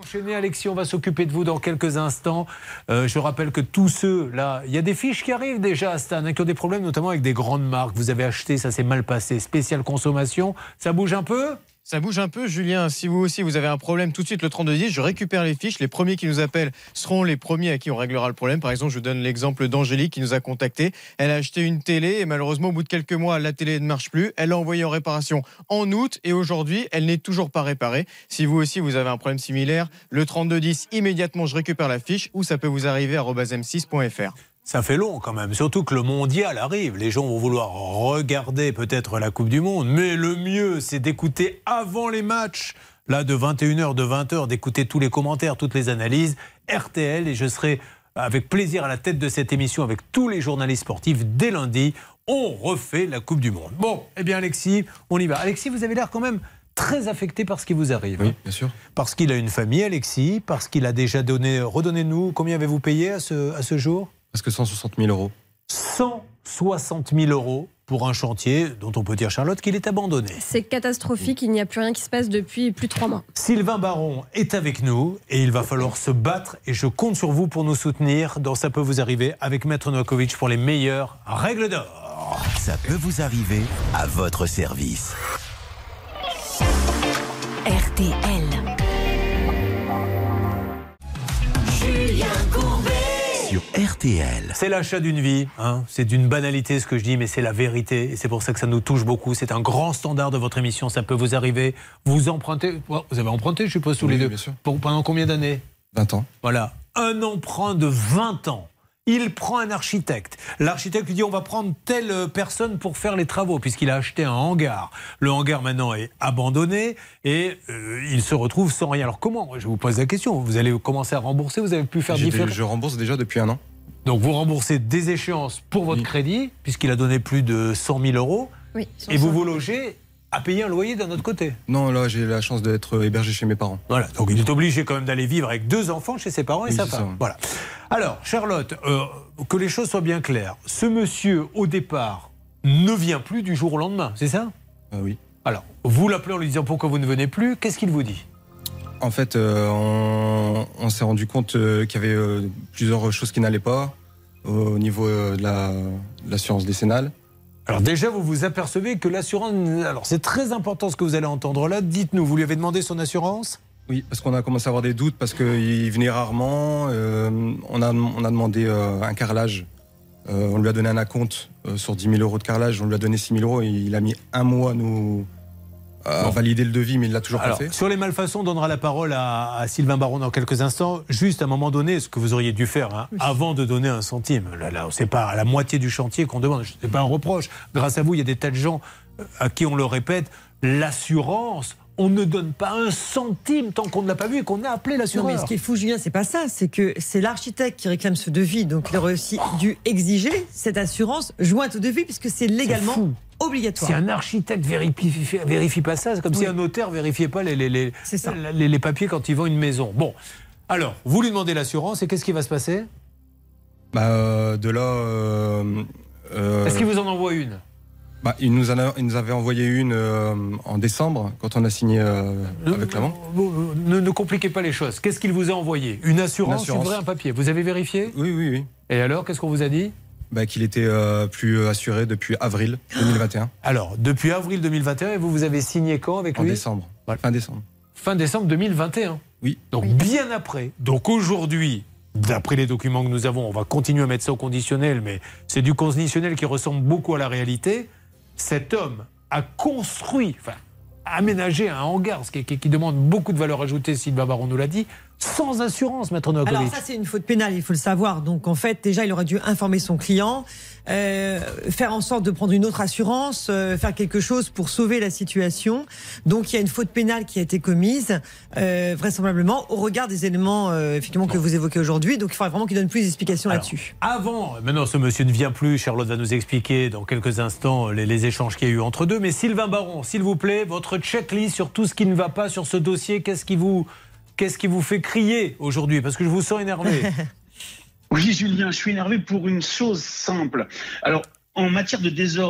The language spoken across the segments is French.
enchaîner. Alexis, on va s'occuper de vous dans quelques instants. Je rappelle que tous ceux, là, il y a des fiches qui arrivent déjà à Stan, qui ont des problèmes notamment avec des grandes marques. Vous avez acheté, ça s'est mal passé. Spécial consommation, ça bouge un peu ? Ça bouge un peu, Julien. Si vous aussi, vous avez un problème, tout de suite, le 3210, je récupère les fiches. Les premiers qui nous appellent seront les premiers à qui on réglera le problème. Par exemple, je vous donne l'exemple d'Angélique qui nous a contacté. Elle a acheté une télé et malheureusement, au bout de quelques mois, la télé ne marche plus. Elle l'a envoyée en réparation en août et aujourd'hui, elle n'est toujours pas réparée. Si vous aussi, vous avez un problème similaire, le 3210, immédiatement, je récupère la fiche ou ça peut vous arriver à @m6.fr. Ça fait long quand même, surtout que le mondial arrive. Les gens vont vouloir regarder peut-être la Coupe du Monde, mais le mieux, c'est d'écouter avant les matchs, là de 21h, de 20h, d'écouter tous les commentaires, toutes les analyses, RTL, et je serai avec plaisir à la tête de cette émission avec tous les journalistes sportifs dès lundi. On refait la Coupe du Monde. Bon, eh bien Alexis, on y va. Alexis, vous avez l'air quand même très affecté par ce qui vous arrive. Oui, bien sûr. Parce qu'il a une famille, Alexis, parce qu'il a déjà donné, redonnez-nous, combien avez-vous payé à ce jour ? Presque 160 000 euros. 160 000 euros pour un chantier dont on peut dire, Charlotte, qu'il est abandonné. C'est catastrophique, il n'y a plus rien qui se passe depuis plus de 3 mois. Sylvain Baron est avec nous et il va falloir se battre et je compte sur vous pour nous soutenir dans Ça peut vous arriver avec Maître Novakovic pour les meilleures règles d'or. Ça peut vous arriver à votre service. RTL. Julien Courbet sur RTL. C'est l'achat d'une vie, hein. C'est d'une banalité ce que je dis, mais c'est la vérité et c'est pour ça que ça nous touche beaucoup. C'est un grand standard de votre émission, ça peut vous arriver. Vous empruntez, vous avez emprunté, je suppose, tous les deux. Bien sûr. Pendant combien d'années ? 20 ans. Voilà, un emprunt de 20 ans. Il prend un architecte. L'architecte lui dit on va prendre telle personne pour faire les travaux puisqu'il a acheté un hangar. Le hangar maintenant est abandonné et il se retrouve sans rien. Alors comment ? Je vous pose la question. Vous allez commencer à rembourser, vous avez pu faire différents. Je rembourse déjà depuis 1 an. Donc vous remboursez des échéances pour votre crédit puisqu'il a donné plus de 100 000 euros. Oui, et vous vous logez à payer un loyer d'un autre côté. Non, là j'ai la chance d'être hébergé chez mes parents. Voilà, donc il est obligé quand même d'aller vivre avec 2 enfants chez ses parents et sa femme. Ça. Voilà. Alors, Charlotte, que les choses soient bien claires. Ce monsieur, au départ, ne vient plus du jour au lendemain, c'est ça ? Oui. Alors, vous l'appelez en lui disant pourquoi vous ne venez plus. Qu'est-ce qu'il vous dit ? En fait, on s'est rendu compte qu'il y avait plusieurs choses qui n'allaient pas au niveau de l'assurance décennale. Alors déjà, vous vous apercevez que l'assurance... Alors, c'est très important ce que vous allez entendre là. Dites-nous, vous lui avez demandé son assurance ? Oui, parce qu'on a commencé à avoir des doutes, parce qu'il venait rarement. On a demandé un carrelage. On lui a donné un acompte sur 10 000 euros de carrelage. On lui a donné 6 000 euros et il a mis 1 mois à valider le devis, mais il ne l'a toujours pas fait. Sur les malfaçons, on donnera la parole à Sylvain Baron dans quelques instants. Juste à un moment donné, ce que vous auriez dû faire avant de donner un centime. Là, c'est pas à la moitié du chantier qu'on demande. Ce n'est pas un reproche. Grâce à vous, il y a des tas de gens à qui on le répète. L'assurance, on ne donne pas un centime tant qu'on ne l'a pas vu et qu'on a appelé l'assureur. Non, mais ce qui est fou, Julien, c'est pas ça. C'est que c'est l'architecte qui réclame ce devis. Donc, il aurait aussi dû exiger cette assurance jointe au devis, puisque c'est légalement obligatoire. Si un architecte vérifie pas ça, c'est comme si un notaire vérifiait pas les papiers quand il vend une maison. Bon, alors, vous lui demandez l'assurance et qu'est-ce qui va se passer ? De là... Est-ce qu'il vous en envoie une ? Il nous avait envoyé une en décembre, quand on a signé avec l'amant. Ne compliquez pas les choses. Qu'est-ce qu'il vous a envoyé ? Une assurance, un vrai papier. Vous avez vérifié ? Oui. Et alors, qu'est-ce qu'on vous a dit ? Qu'il était plus assuré depuis avril 2021. Alors, depuis avril 2021, et vous avez signé quand avec lui ? En décembre, fin décembre. Fin décembre 2021 ? Oui. Donc bien après. Donc aujourd'hui, d'après les documents que nous avons, on va continuer à mettre ça au conditionnel, mais c'est du conditionnel qui ressemble beaucoup à la réalité. Cet homme a construit, aménagé un hangar, ce qui demande beaucoup de valeur ajoutée, Sylvain Baron nous l'a dit, sans assurance, Maître Novakovic. Alors ça, c'est une faute pénale, il faut le savoir. Donc en fait, déjà, il aurait dû informer son client, faire en sorte de prendre une autre assurance, faire quelque chose pour sauver la situation. Donc il y a une faute pénale qui a été commise, vraisemblablement, au regard des éléments effectivement que vous évoquez aujourd'hui. Donc il faudrait vraiment qu'il donne plus d'explications là-dessus. Maintenant ce monsieur ne vient plus, Charlotte va nous expliquer dans quelques instants les échanges qu'il y a eu entre deux. Mais Sylvain Baron, s'il vous plaît, votre checklist sur tout ce qui ne va pas sur ce dossier, qu'est-ce qui vous fait crier aujourd'hui ? Parce que je vous sens énervé. Oui, Julien, je suis énervé pour une chose simple. Alors, en matière de désordre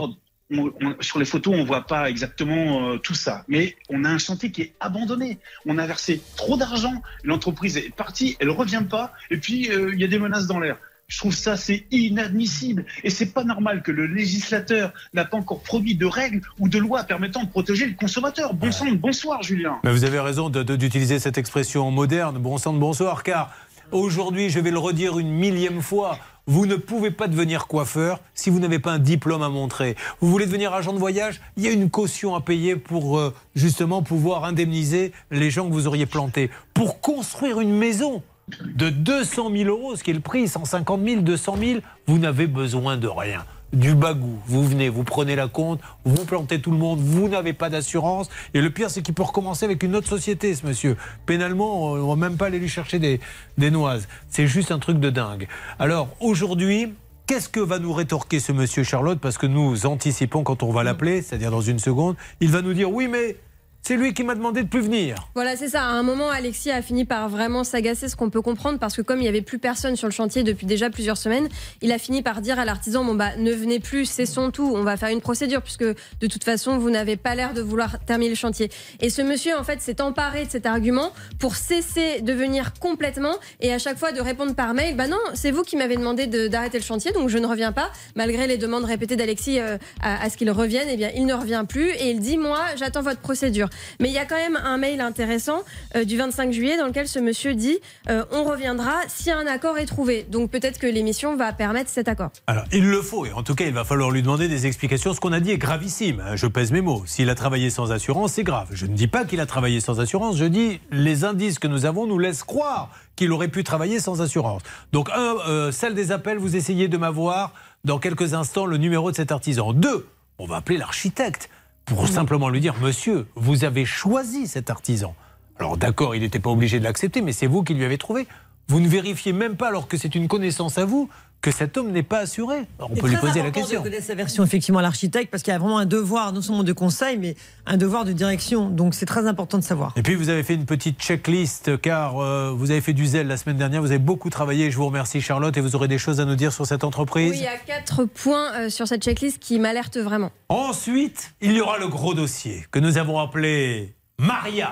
sur les photos, on voit pas exactement tout ça. Mais on a un chantier qui est abandonné. On a versé trop d'argent. L'entreprise est partie, elle revient pas. Et puis, il y a des menaces dans l'air. Je trouve ça, c'est inadmissible. Et c'est pas normal que le législateur n'a pas encore produit de règles ou de lois permettant de protéger le consommateur. Bon sang, bonsoir, Julien. Mais vous avez raison d'utiliser cette expression moderne, bon sang de bonsoir, car aujourd'hui, je vais le redire une millième fois, vous ne pouvez pas devenir coiffeur si vous n'avez pas un diplôme à montrer. Vous voulez devenir agent de voyage, il y a une caution à payer pour justement pouvoir indemniser les gens que vous auriez plantés. Pour construire une maison de 200 000 euros, ce qui est le prix, 150 000, 200 000, vous n'avez besoin de rien. Du bagou, vous venez, vous prenez la compte, vous plantez tout le monde, vous n'avez pas d'assurance. Et le pire, c'est qu'il peut recommencer avec une autre société, ce monsieur. Pénalement, on ne va même pas aller lui chercher des noises. C'est juste un truc de dingue. Alors, aujourd'hui, qu'est-ce que va nous rétorquer ce monsieur, Charlotte? Parce que nous anticipons quand on va l'appeler, c'est-à-dire dans une seconde, il va nous dire « Oui, mais c'est lui qui m'a demandé de plus venir ». Voilà, c'est ça. À un moment, Alexis a fini par vraiment s'agacer, ce qu'on peut comprendre, parce que comme il n'y avait plus personne sur le chantier depuis déjà plusieurs semaines, il a fini par dire à l'artisan, bon bah ne venez plus, cessons tout, on va faire une procédure, puisque de toute façon, vous n'avez pas l'air de vouloir terminer le chantier. Et ce monsieur, en fait, s'est emparé de cet argument pour cesser de venir complètement et à chaque fois de répondre par mail, bah non, c'est vous qui m'avez demandé d'arrêter le chantier, donc je ne reviens pas, malgré les demandes répétées d'Alexis à ce qu'il revienne, eh bien il ne revient plus et il dit, moi, j'attends votre procédure. Mais il y a quand même un mail intéressant du 25 juillet dans lequel ce monsieur dit on reviendra si un accord est trouvé. Donc peut-être que l'émission va permettre cet accord. Alors il le faut, et en tout cas il va falloir lui demander des explications. Ce qu'on a dit est gravissime, je pèse mes mots. S'il a travaillé sans assurance, c'est grave. Je ne dis pas qu'il a travaillé sans assurance, je dis les indices que nous avons nous laissent croire qu'il aurait pu travailler sans assurance. Donc salle des appels, vous essayez de m'avoir dans quelques instants le numéro de cet artisan. 2, on va appeler l'architecte pour simplement lui dire, monsieur, vous avez choisi cet artisan. Alors d'accord, il n'était pas obligé de l'accepter, mais c'est vous qui lui avez trouvé. Vous ne vérifiez même pas, alors que c'est une connaissance à vous, que cet homme n'est pas assuré. Alors, on peut lui poser la question. C'est très important de connaître sa version, effectivement, à l'architecte, parce qu'il y a vraiment un devoir, non seulement de conseil, mais un devoir de direction. Donc c'est très important de savoir. Et puis vous avez fait une petite checklist, car vous avez fait du zèle la semaine dernière, vous avez beaucoup travaillé. Je vous remercie, Charlotte, et vous aurez des choses à nous dire sur cette entreprise. Oui, il y a 4 points sur cette checklist qui m'alertent vraiment. Ensuite, il y aura le gros dossier que nous avons appelé mariage,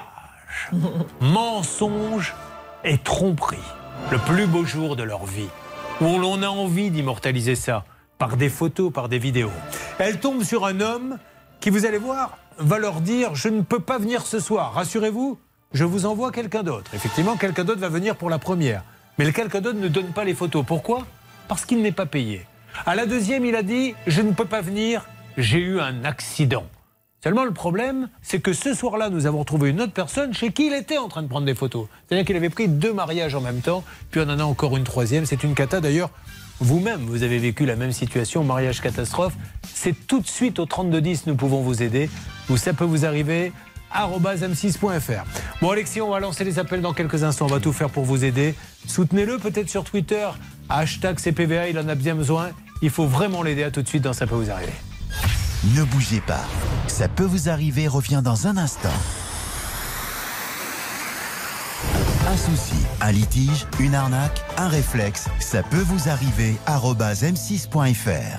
mensonge et tromperie. Le plus beau jour de leur vie, où l'on a envie d'immortaliser ça par des photos, par des vidéos. Elle tombe sur un homme qui, vous allez voir, va leur dire « Je ne peux pas venir ce soir, rassurez-vous, je vous envoie quelqu'un d'autre ». Effectivement, quelqu'un d'autre va venir pour la première. Mais le quelqu'un d'autre ne donne pas les photos. Pourquoi ? Parce qu'il n'est pas payé. À la deuxième, il a dit « Je ne peux pas venir, j'ai eu un accident ». Seulement, le problème, c'est que ce soir-là, nous avons trouvé une autre personne chez qui il était en train de prendre des photos. C'est-à-dire qu'il avait pris 2 mariages en même temps, puis on en a encore une 3e. C'est une cata. D'ailleurs, vous-même, vous avez vécu la même situation, mariage catastrophe. C'est tout de suite au 3210, nous pouvons vous aider. Ou ça peut vous arriver, @m6.fr. Bon, Alexis, on va lancer les appels dans quelques instants. On va tout faire pour vous aider. Soutenez-le peut-être sur Twitter. #CPVA, il en a bien besoin. Il faut vraiment l'aider. À tout de suite dans Ça peut vous arriver. Ne bougez pas. Ça peut vous arriver revient dans un instant. Un souci, un litige, une arnaque, un réflexe, ça peut vous arriver @m6.fr.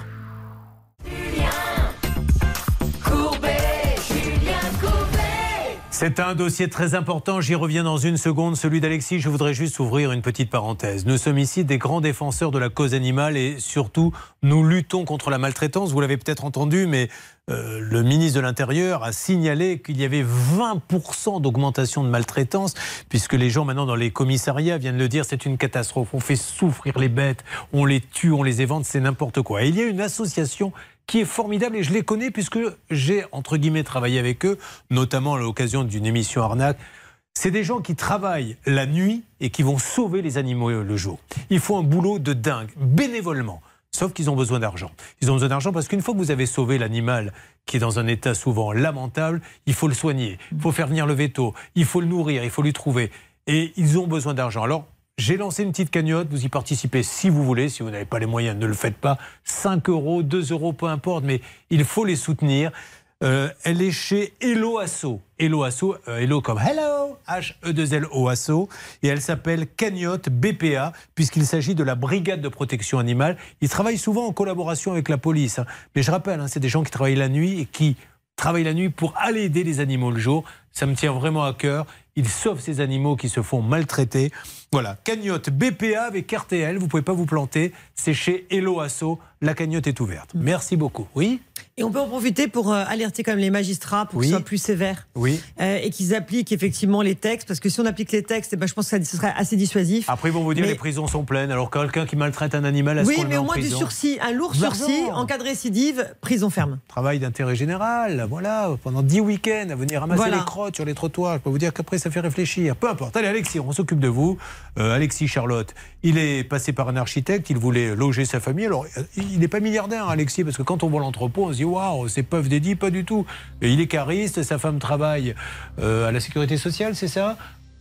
C'est un dossier très important, j'y reviens dans une seconde, celui d'Alexis. Je voudrais juste ouvrir une petite parenthèse. Nous sommes ici des grands défenseurs de la cause animale et surtout, nous luttons contre la maltraitance. Vous l'avez peut-être entendu, mais le ministre de l'Intérieur a signalé qu'il y avait 20% d'augmentation de maltraitance, puisque les gens maintenant dans les commissariats viennent le dire, c'est une catastrophe. On fait souffrir les bêtes, on les tue, on les évente, c'est n'importe quoi. Et il y a une association qui est formidable et je les connais puisque j'ai, entre guillemets, travaillé avec eux, notamment à l'occasion d'une émission Arnaque. C'est des gens qui travaillent la nuit et qui vont sauver les animaux le jour. Ils font un boulot de dingue, bénévolement. Sauf qu'ils ont besoin d'argent. Ils ont besoin d'argent parce qu'une fois que vous avez sauvé l'animal qui est dans un état souvent lamentable, il faut le soigner, il faut faire venir le véto, il faut le nourrir, il faut lui trouver. Et ils ont besoin d'argent. Alors, j'ai lancé une petite cagnotte, vous y participez si vous voulez, si vous n'avez pas les moyens, ne le faites pas. 5 €, 2 €, peu importe, mais il faut les soutenir. Elle est chez Hello Asso. Hello Asso, Hello comme Hello H-E-2-L-O-A-S-O, et elle s'appelle Cagnotte BPA, puisqu'il s'agit de la brigade de protection animale. Ils travaillent souvent en collaboration avec la police. Mais je rappelle, c'est des gens qui travaillent la nuit et qui travaillent la nuit pour aller aider les animaux le jour. Ça me tient vraiment à cœur. Ils sauvent ces animaux qui se font maltraiter. Voilà, cagnotte BPA avec RTL. Vous ne pouvez pas vous planter. C'est chez Hello Asso. La cagnotte est ouverte. Merci beaucoup. Oui. Et on peut en profiter pour alerter quand même les magistrats pour qu'ils soient plus sévères. Oui. Et qu'ils appliquent effectivement les textes. Parce que si on applique les textes, je pense que ce serait assez dissuasif. Après, ils vont vous dire les prisons sont pleines. Alors quelqu'un qui maltraite un animal, est-ce qu'on le met en prison ? Oui, mais au moins du sursis. Un lourd sursis. En cas de récidive, prison ferme. Travail d'intérêt général. Voilà. Pendant 10 week-ends à venir ramasser les crottes sur les trottoirs. Je peux vous dire qu'après, ça fait réfléchir. Peu importe. Allez, Alexis, on s'occupe de vous. Alexis Charlotte, il est passé par un architecte. Il voulait loger sa famille. Alors, il n'est pas milliardaire, Alexis, parce que quand on voit l'entrepôt, on se dit waouh, c'est pauvre dédié, pas du tout. Et il est cariste, sa femme travaille à la sécurité sociale, c'est ça ?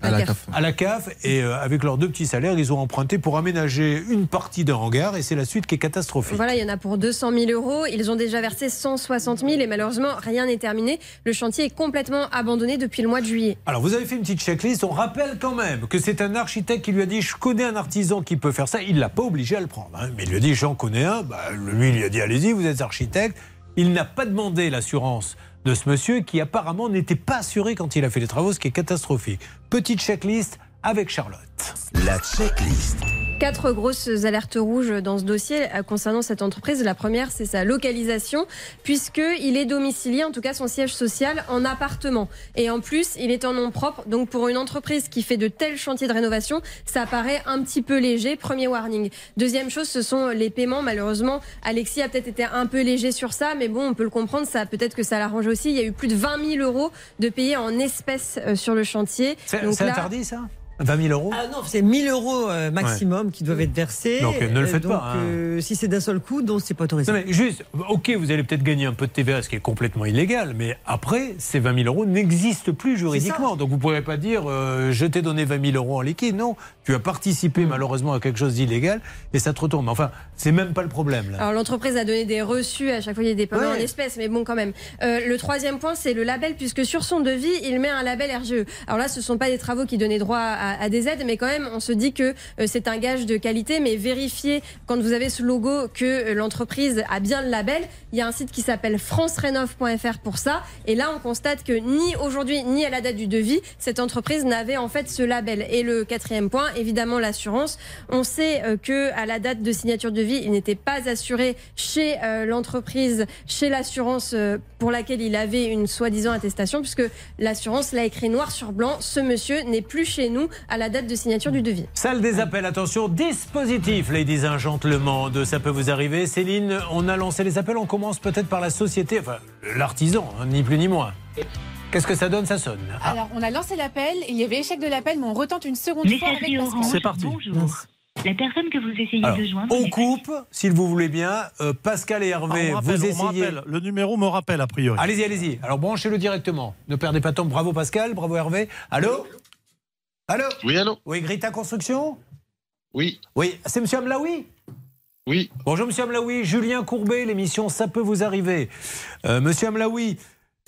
À la CAF. Et avec leurs 2 petits salaires, ils ont emprunté pour aménager une partie d'un hangar. Et c'est la suite qui est catastrophique. Voilà, il y en a pour 200 000 euros. Ils ont déjà versé 160 000 et malheureusement, rien n'est terminé. Le chantier est complètement abandonné depuis le mois de juillet. Alors, vous avez fait une petite checklist. On rappelle quand même que c'est un architecte qui lui a dit « Je connais un artisan qui peut faire ça ». Il ne l'a pas obligé à le prendre. Mais il lui a dit « J'en connais un ». Lui, il lui a dit « Allez-y, vous êtes architecte ». Il n'a pas demandé l'assurance de ce monsieur qui apparemment n'était pas assuré quand il a fait les travaux, ce qui est catastrophique. Petite checklist avec Charlotte. La checklist. 4 grosses alertes rouges dans ce dossier concernant cette entreprise. La première, c'est sa localisation, puisqu'il est domicilié, en tout cas son siège social, en appartement. Et en plus, il est en nom propre. Donc pour une entreprise qui fait de tels chantiers de rénovation, ça paraît un petit peu léger. Premier warning. Deuxième chose, ce sont les paiements. Malheureusement, Alexis a peut-être été un peu léger sur ça, mais bon, on peut le comprendre. Peut-être que ça l'arrange aussi. Il y a eu plus de 20 000 euros de payés en espèces sur le chantier. C'est interdit, ça ? 20 000 euros ? Ah non, c'est 1 000 euros maximum qui doivent être versés. Donc ne le faites pas. Si c'est d'un seul coup, donc c'est pas autorisé. Non mais juste, ok, vous allez peut-être gagner un peu de TVA, ce qui est complètement illégal, mais après, ces 20 000 euros n'existent plus juridiquement. Donc vous ne pourrez pas dire je t'ai donné 20 000 euros en liquide. Non, tu as participé malheureusement à quelque chose d'illégal et ça te retourne. Enfin, c'est même pas le problème. Là. Alors l'entreprise a donné des reçus, à chaque fois il y a des paiements en espèces, mais bon quand même. Le troisième point, c'est le label, puisque sur son devis, il met un label RGE. Alors là, ce ne sont pas des travaux qui donnaient droit à des aides, mais quand même, on se dit que c'est un gage de qualité, mais vérifiez quand vous avez ce logo que l'entreprise a bien le label. Il y a un site qui s'appelle francerénov.fr pour ça, et là on constate que ni aujourd'hui ni à la date du devis, cette entreprise n'avait en fait ce label. Et le quatrième point, évidemment l'assurance. On sait que à la date de signature de devis, il n'était pas assuré chez l'entreprise, chez l'assurance pour laquelle il avait une soi-disant attestation, puisque l'assurance l'a écrit noir sur blanc, ce monsieur n'est plus chez nous à la date de signature du devis. Salle des appels, attention, dispositif, ladies and gentlemen, de ça peut vous arriver. Céline, on a lancé les appels, on commence peut-être par la société, enfin l'artisan, ni plus ni moins. Qu'est-ce que ça donne? Ça sonne. Alors, on a lancé l'appel, il y avait échec de l'appel, mais on retente une seconde fois avec Pascal. C'est parti. Bonjour. La personne que vous essayez de joindre... On coupe, s'il vous voulez bien. Pascal et Hervé, vous essayez... Le numéro me rappelle, a priori. Allez-y, allez-y. Alors, branchez-le directement. Ne perdez pas de temps. Bravo Pascal, bravo Hervé. Allô? Allô? Oui, allô? Oui, Grita Construction? Oui. Oui, c'est monsieur Amlaoui? Oui. Bonjour monsieur Amlaoui, Julien Courbet, l'émission Ça peut vous arriver. Monsieur Amlaoui,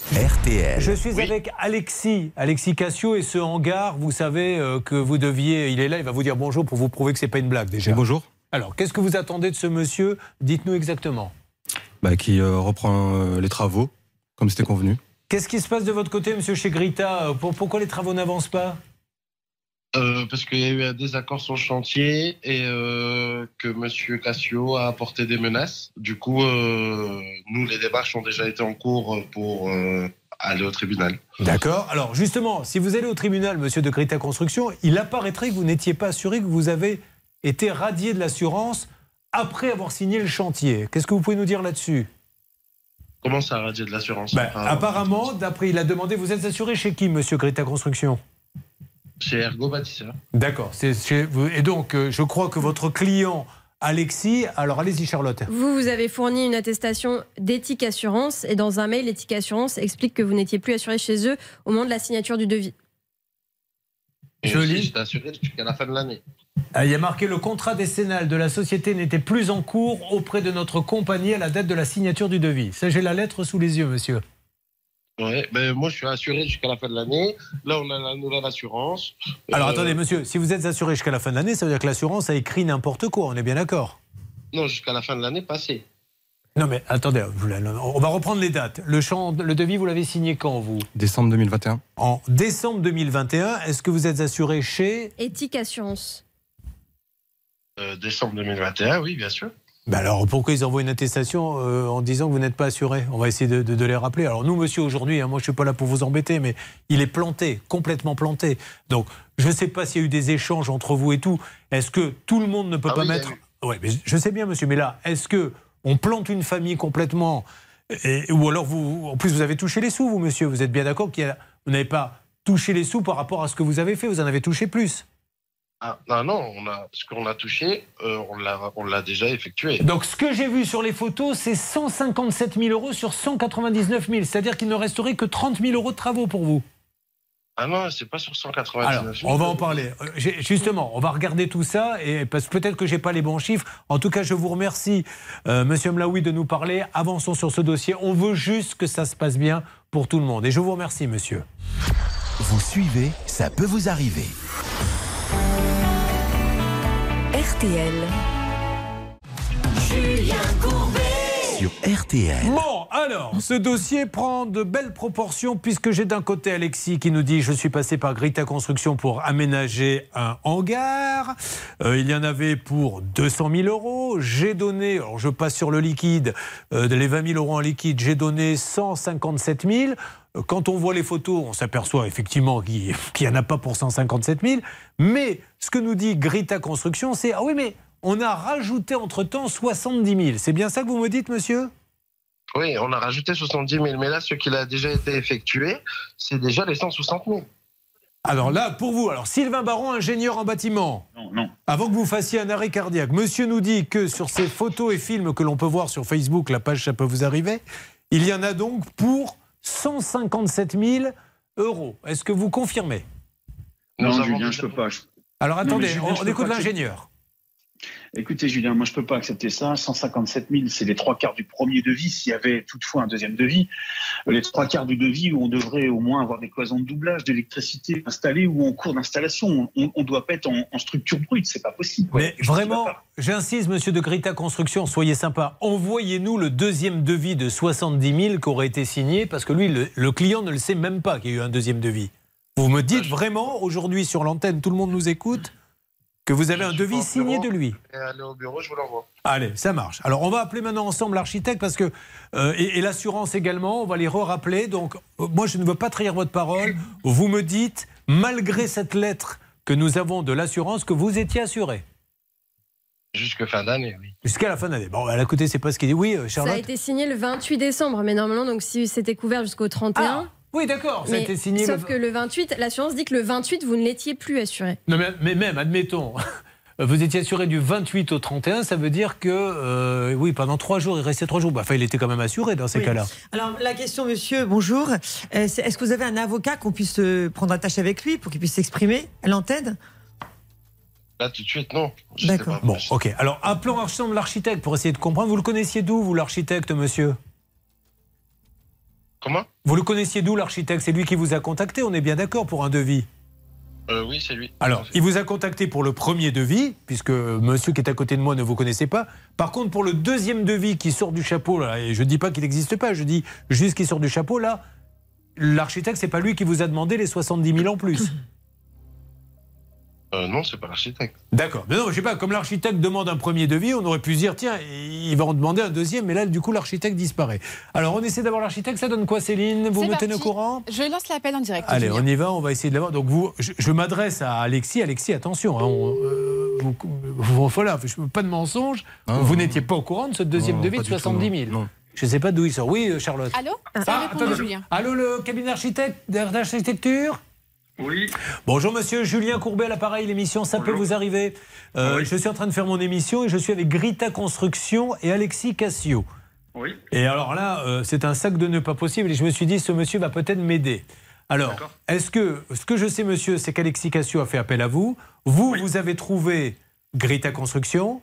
RTL. je suis avec Alexis Cassio, et ce hangar, vous savez que vous deviez, il est là, il va vous dire bonjour pour vous prouver que c'est pas une blague déjà. Bonjour. Alors, qu'est-ce que vous attendez de ce monsieur? Dites-nous exactement. Qui reprend les travaux, comme c'était convenu. Qu'est-ce qui se passe de votre côté, monsieur chez Grita? Pourquoi les travaux n'avancent pas? Parce qu'il y a eu un désaccord sur le chantier et que monsieur Cassio a apporté des menaces. Du coup, nous, les démarches ont déjà été en cours pour aller au tribunal. D'accord. Alors, justement, si vous allez au tribunal, monsieur de Grita Construction, il apparaîtrait que vous n'étiez pas assuré, que vous avez été radié de l'assurance après avoir signé le chantier. Qu'est-ce que vous pouvez nous dire là-dessus? Comment ça, radié de l'assurance? Apparemment, d'après, il a demandé, vous êtes assuré chez qui, monsieur Grita Construction? Chez Ergo Bâtisseur. D'accord. Et donc, je crois que votre client, Alexis... Alors, allez-y, Charlotte. Vous avez fourni une attestation d'éthique assurance, et dans un mail, l'éthique assurance explique que vous n'étiez plus assuré chez eux au moment de la signature du devis. J'étais assuré jusqu'à la fin de l'année. Il y a marqué: le contrat décennal de la société n'était plus en cours auprès de notre compagnie à la date de la signature du devis. Ça, j'ai la lettre sous les yeux, monsieur. Ouais, ben moi je suis assuré jusqu'à la fin de l'année. Là, on a la nouvelle assurance. Alors attendez, monsieur, si vous êtes assuré jusqu'à la fin de l'année, ça veut dire que l'assurance a écrit n'importe quoi, on est bien d'accord? Non, jusqu'à la fin de l'année passée. Non mais attendez, on va reprendre les dates. Le devis, vous l'avez signé quand, vous? Décembre 2021. En décembre 2021, est-ce que vous êtes assuré chez Éthique Assurance. Décembre 2021, oui, bien sûr. Ben alors, pourquoi ils envoient une attestation en disant que vous n'êtes pas assuré? On va essayer de les rappeler. Alors nous, monsieur, aujourd'hui, moi je ne suis pas là pour vous embêter, mais il est planté, complètement planté. Donc, je ne sais pas s'il y a eu des échanges entre vous et tout. Est-ce que tout le monde ne peut pas mettre... Oui, mais je sais bien, monsieur, mais là, est-ce que on plante une famille complètement ou alors vous... En plus, vous avez touché les sous, vous, monsieur. Vous êtes bien d'accord que vous n'avez pas touché les sous par rapport à ce que vous avez fait. Vous en avez touché plus. Ah, non, ce qu'on a touché, on l'a déjà effectué. Donc ce que j'ai vu sur les photos, c'est 157 000 euros sur 199 000. C'est-à-dire qu'il ne resterait que 30 000 euros de travaux pour vous. Ah non, c'est pas sur 199 000. Alors, on va en parler. Justement, on va regarder tout ça, et parce que peut-être que j'ai pas les bons chiffres. En tout cas, je vous remercie, monsieur Mlaoui, de nous parler. Avançons sur ce dossier. On veut juste que ça se passe bien pour tout le monde. Et je vous remercie, monsieur. Vous suivez, ça peut vous arriver. RTL. Julien Courbet. Sur RTL. Bon, alors, ce dossier prend de belles proportions puisque j'ai d'un côté Alexis qui nous dit « Je suis passé par Grita Construction pour aménager un hangar. Il y en avait pour 200 000 euros. J'ai donné, alors je passe sur le liquide, les 20 000 euros en liquide, j'ai donné 157 000. Quand on voit les photos, on s'aperçoit effectivement qu'il n'y en a pas pour 157 000. Mais ce que nous dit Grita Construction, c'est « Ah oui, mais on a rajouté entre-temps 70 000. » C'est bien ça que vous me dites, monsieur? Oui, on a rajouté 70 000. Mais là, ce qui a déjà été effectué, c'est déjà les 160 000. Alors là, pour vous, alors Sylvain Baron, ingénieur en bâtiment. Non. Avant que vous fassiez un arrêt cardiaque, monsieur nous dit que sur ces photos et films que l'on peut voir sur Facebook, la page « Ça peut vous arriver », il y en a donc pour 157 000 euros. Est-ce que vous confirmez? Non, Julien, je peux pas. Alors attendez, on écoute l'ingénieur. Écoutez, Julien, moi je peux pas accepter ça. 157 000, c'est les 3/4 du premier devis. S'il y avait toutefois un deuxième devis, les 3/4 du devis où on devrait au moins avoir des cloisons de doublage, d'électricité installées ou en cours d'installation. On doit pas être en structure brute, c'est pas possible. Mais vraiment, j'insiste, monsieur de Grita Construction, soyez sympa. Envoyez-nous le deuxième devis de 70 000 qui aurait été signé, parce que lui, le client ne le sait même pas qu'il y a eu un deuxième devis. Vous me dites vraiment, aujourd'hui sur l'antenne, tout le monde nous écoute, que vous avez un devis signé de lui. Allez au bureau, je vous l'envoie. Allez, ça marche. Alors, on va appeler maintenant ensemble l'architecte parce que et l'assurance également, on va les rappeler. Donc, moi, je ne veux pas trahir votre parole. Vous me dites, malgré cette lettre que nous avons de l'assurance, que vous étiez assuré. Jusqu'à fin d'année, oui. Jusqu'à la fin d'année. Bon, à côté, c'est pas ce qu'il dit. Oui, Charlotte. Ça a été signé le 28 décembre, mais normalement, donc si c'était couvert jusqu'au 31... Ah, oui, d'accord, ça a été signé. Sauf que le 28, l'assurance dit que le 28, vous ne l'étiez plus assuré. Non, mais même, admettons, vous étiez assuré du 28 au 31, ça veut dire que, oui, pendant 3 jours, il restait 3 jours. Bah, enfin, il était quand même assuré dans ces cas-là. Alors, la question, monsieur, bonjour. Est-ce que vous avez un avocat qu'on puisse prendre attache avec lui pour qu'il puisse s'exprimer à l'antenne? Là, tout de suite, non. D'accord. Bon, ok. Alors, appelons ensemble l'architecte pour essayer de comprendre. Vous le connaissiez d'où, vous, l'architecte, monsieur? Comment? Vous le connaissiez d'où, l'architecte? C'est lui qui vous a contacté, on est bien d'accord, pour un devis? Oui, c'est lui. Alors, il vous a contacté pour le premier devis, puisque monsieur qui est à côté de moi ne vous connaissait pas. Par contre, pour le deuxième devis qui sort du chapeau, là, et je ne dis pas qu'il n'existe pas, je dis juste qu'il sort du chapeau, là, l'architecte, c'est pas lui qui vous a demandé les 70 000 en plus. Non, c'est pas l'architecte. D'accord. Mais non, je sais pas, comme l'architecte demande un premier devis, on aurait pu se dire, tiens, il va en demander un deuxième, mais là, du coup, l'architecte disparaît. Alors, on essaie d'avoir l'architecte, ça donne quoi, Céline? Vous me tenez au courant? Je lance l'appel en direct. Allez, on y va, on va essayer de l'avoir. Donc, je m'adresse à Alexis. Alexis, attention, hein, voilà, je ne veux pas de mensonge. Vous n'étiez pas au courant de ce deuxième devis de 70 000. Non. Je ne sais pas d'où il sort. Oui, Charlotte. Allô? Attendez, Julien. Allô, le cabinet d'architecture? Oui. Bonjour monsieur, Julien Courbet à l'appareil, l'émission Ça peut vous arriver. Oui. Je suis en train de faire mon émission et je suis avec Grita Construction et Alexis Cassio. Oui. Et alors là, c'est un sac de nœuds pas possible et je me suis dit, ce monsieur va peut-être m'aider. Alors, est-ce que, ce que je sais monsieur, c'est qu'Alexis Cassio a fait appel à vous. Vous, vous avez trouvé Grita Construction.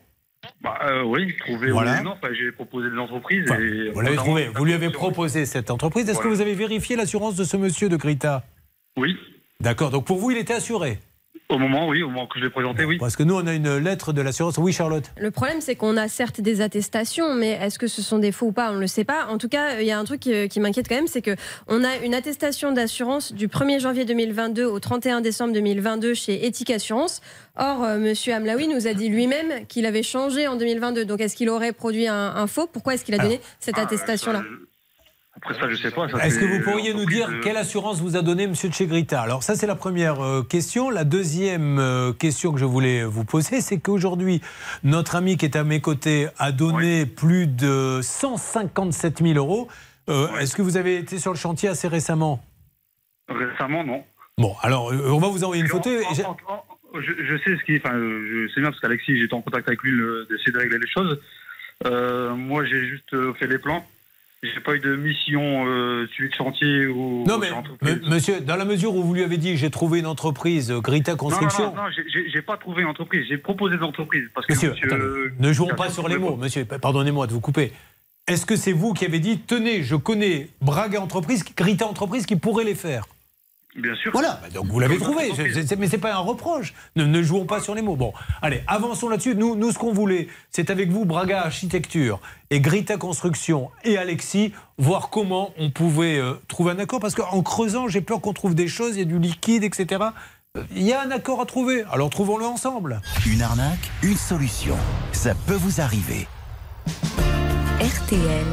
Oui, trouvé. Voilà. Non, j'ai proposé des entreprises. Enfin, et vous l'avez trouvé. Vous lui avez proposé cette entreprise. Est-ce que vous avez vérifié l'assurance de ce monsieur de Grita? Oui. D'accord. Donc pour vous, il était assuré? Au moment que je l'ai présenté, oui. Parce que nous, on a une lettre de l'assurance. Oui, Charlotte? Le problème, c'est qu'on a certes des attestations, mais est-ce que ce sont des faux ou pas? On ne le sait pas. En tout cas, il y a un truc qui m'inquiète quand même, c'est qu'on a une attestation d'assurance du 1er janvier 2022 au 31 décembre 2022 chez Ethic Assurance. Or, M. Hamlaoui nous a dit lui-même qu'il avait changé en 2022. Donc, est-ce qu'il aurait produit un faux? Pourquoi est-ce qu'il a donné cette attestation-là? Après ça, je sais pas. Est-ce que vous pourriez nous dire quelle assurance vous a donné M. de chez Grita? Alors ça, c'est la première question. La deuxième question que je voulais vous poser, c'est qu'aujourd'hui, notre ami qui est à mes côtés a donné plus de 157 000 euros. Est-ce que vous avez été sur le chantier assez récemment? Récemment, non. Bon, alors on va vous envoyer une photo. Je sais je sais bien parce qu'Alexis, j'étais en contact avec lui d'essayer de régler les choses. Moi, j'ai juste fait les plans. J'ai pas eu de mission suivi de chantier ou. Non mais monsieur, dans la mesure où vous lui avez dit j'ai trouvé une entreprise, Grita Construction. Non, j'ai pas trouvé une entreprise. J'ai proposé des entreprises parce que monsieur ne jouons pas sur les mots, monsieur. Pardonnez-moi de vous couper. Est-ce que c'est vous qui avez dit tenez, je connais Braga Entreprise, Grita Entreprise qui pourrait les faire? Bien sûr. Voilà, donc vous l'avez trouvé. Mais c'est pas un reproche. Ne jouons pas sur les mots. Bon, allez, avançons là-dessus. Nous, ce qu'on voulait, c'est avec vous, Braga Architecture et Grita Construction et Alexis, voir comment on pouvait trouver un accord. Parce qu'en creusant, j'ai peur qu'on trouve des choses, il y a du liquide, etc. Il y a un accord à trouver. Alors trouvons-le ensemble. Une arnaque, une solution. Ça peut vous arriver. RTL.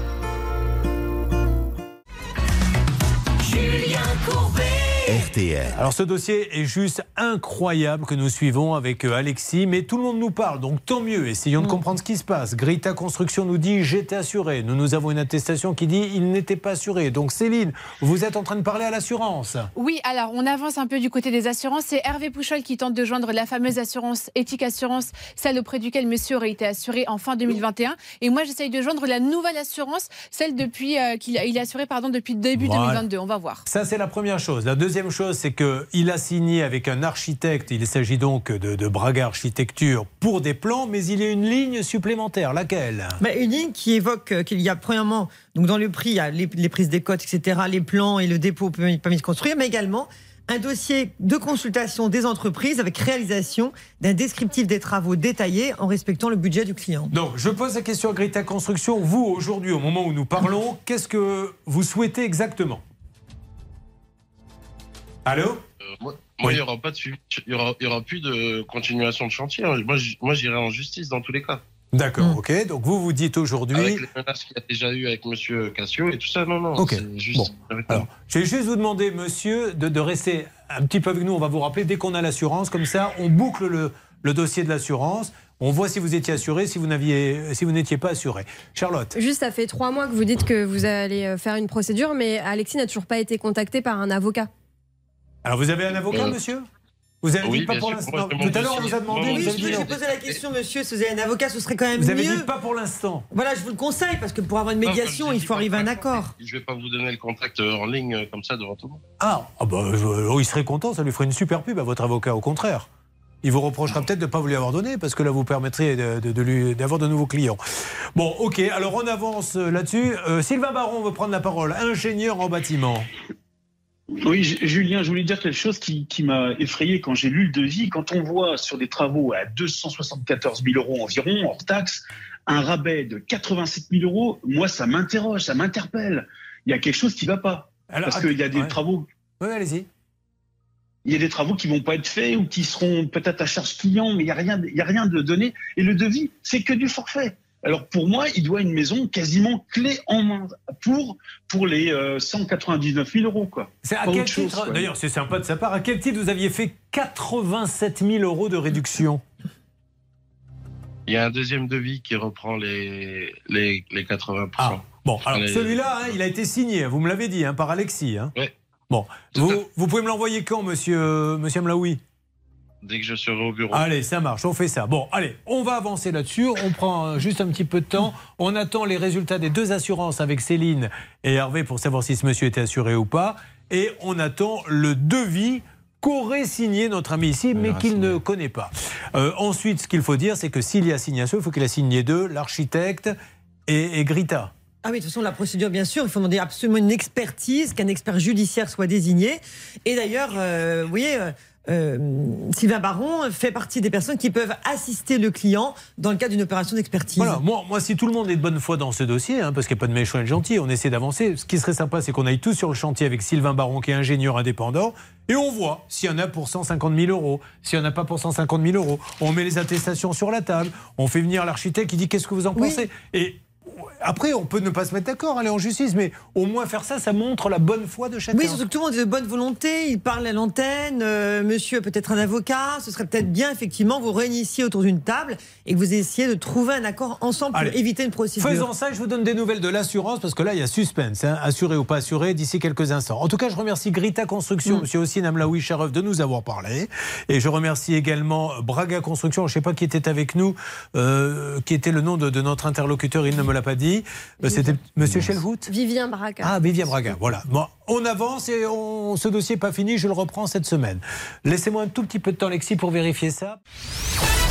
Julien Courbet. RTL. Alors ce dossier est juste incroyable que nous suivons avec Alexis, mais tout le monde nous parle, donc tant mieux, essayons de comprendre ce qui se passe. Grita Construction nous dit j'étais assuré, nous avons une attestation qui dit il n'était pas assuré. Donc Céline, vous êtes en train de parler à l'assurance. Oui, alors on avance un peu du côté des assurances, c'est Hervé Pouchol qui tente de joindre la fameuse assurance Ethic Assurance, celle auprès duquel monsieur aurait été assuré en fin 2021, et moi j'essaye de joindre la nouvelle assurance, celle depuis qu'il est assuré depuis début 2022, on va voir. Ça c'est la première chose. La deuxième chose, c'est qu'il a signé avec un architecte, il s'agit donc de Braga Architecture pour des plans, mais il y a une ligne supplémentaire. Laquelle? Une ligne qui évoque qu'il y a premièrement, donc dans le prix, il y a les prises des cotes, etc., les plans et le dépôt permis de construire, mais également un dossier de consultation des entreprises avec réalisation d'un descriptif des travaux détaillés en respectant le budget du client. Donc, je pose la question à Grita Construction. Vous, aujourd'hui, au moment où nous parlons, qu'est-ce que vous souhaitez exactement? Allô? Moi, il n'y aura pas de suivi. Il y aura plus de continuation de chantier. Moi, j'irai en justice dans tous les cas. D'accord, ok. Donc vous dites aujourd'hui... Avec les menaces qu'il y a déjà eu avec M. Cassio et tout ça, non. Ok, c'est juste... bon. Alors, je vais juste vous demander, monsieur, de rester un petit peu avec nous. On va vous rappeler dès qu'on a l'assurance. Comme ça, on boucle le dossier de l'assurance. On voit si vous étiez assuré, si vous n'étiez pas assuré. Charlotte. Juste, ça fait 3 mois que vous dites que vous allez faire une procédure, mais Alexis n'a toujours pas été contacté par un avocat. Alors vous avez un avocat, monsieur? Vous avez dit pas pour l'instant. Tout à l'heure, on vous a demandé. Oui, j'ai posé la question, monsieur. Si vous avez un avocat, ce serait quand même mieux. Vous avez dit pas pour l'instant. Voilà, je vous le conseille, parce que pour avoir une médiation, il faut arriver à un accord. Je ne vais pas vous donner le contact en ligne comme ça devant tout le monde. Il serait content, ça lui ferait une super pub à votre avocat, au contraire. Il vous reprochera peut-être de ne pas vous lui avoir donné, parce que là, vous permettriez d'avoir de nouveaux clients. Bon, ok, alors on avance là-dessus. Sylvain Baron veut prendre la parole, ingénieur en bâtiment. Oui, Julien, je voulais dire quelque chose qui m'a effrayé quand j'ai lu le devis. Quand on voit sur des travaux à 274 000 euros environ, hors taxe, un rabais de 87 000 euros, moi, ça m'interroge, ça m'interpelle. Il y a quelque chose qui ne va pas. Parce qu'il y a des travaux... Oui, allez-y. Il y a des travaux qui ne vont pas être faits ou qui seront peut-être à charge client, mais il n'y a rien de donné. Et le devis, c'est que du forfait. Alors pour moi, il doit une maison quasiment clé en main pour les 199 000 euros. C'est à quel titre, d'ailleurs c'est sympa de sa part, à quel titre vous aviez fait 87 000 euros de réduction? Il y a un deuxième devis qui reprend les 80%. Ah, bon, alors celui-là, il a été signé, vous me l'avez dit, par Alexis. Oui. Bon, vous pouvez me l'envoyer quand, monsieur Hamlaoui? Dès que je serai au bureau. Allez, ça marche, on fait ça. Bon, allez, on va avancer là-dessus. On prend juste un petit peu de temps. On attend les résultats des 2 assurances avec Céline et Hervé pour savoir si ce monsieur était assuré ou pas. Et on attend le devis qu'aurait signé notre ami ici, mais qu'il ne connaît pas. Ensuite, ce qu'il faut dire, c'est que s'il y a signation, il faut qu'il a signé deux, l'architecte et Grita. Ah oui, de toute façon, la procédure, bien sûr, il faut demander absolument une expertise, qu'un expert judiciaire soit désigné. Et d'ailleurs, vous voyez, Sylvain Baron fait partie des personnes qui peuvent assister le client dans le cadre d'une opération d'expertise. Voilà, moi, si tout le monde est de bonne foi dans ce dossier, parce qu'il n'y a pas de méchants et de gentils, on essaie d'avancer. Ce qui serait sympa, c'est qu'on aille tous sur le chantier avec Sylvain Baron, qui est ingénieur indépendant, et on voit s'il y en a pour 150 000 euros, s'il n'y en a pas pour 150 000 euros. On met les attestations sur la table, on fait venir l'architecte qui dit qu'est-ce que vous en pensez. Et après, on peut ne pas se mettre d'accord, aller en justice, mais au moins faire ça, ça montre la bonne foi de chacun. Oui, surtout que tout le monde est de bonne volonté, il parle à l'antenne, monsieur peut-être un avocat, ce serait peut-être bien, effectivement, vous réunissez autour d'une table et que vous essayez de trouver un accord ensemble pour éviter une procédure. Faisons ça, je vous donne des nouvelles de l'assurance, parce que là, il y a suspense, assuré ou pas assuré, d'ici quelques instants. En tout cas, je remercie Grita Construction, monsieur Ossine Amlaoui Sharif, de nous avoir parlé, et je remercie également Braga Construction, je ne sais pas qui était avec nous, qui était le nom de notre interlocuteur, il ne me l'a pas dit. C'était monsieur Chelvout ? Vivien Braga. Ah, Vivien Braga, voilà. Bon, on avance et ce dossier n'est pas fini, je le reprends cette semaine. Laissez-moi un tout petit peu de temps, Alexis, pour vérifier ça.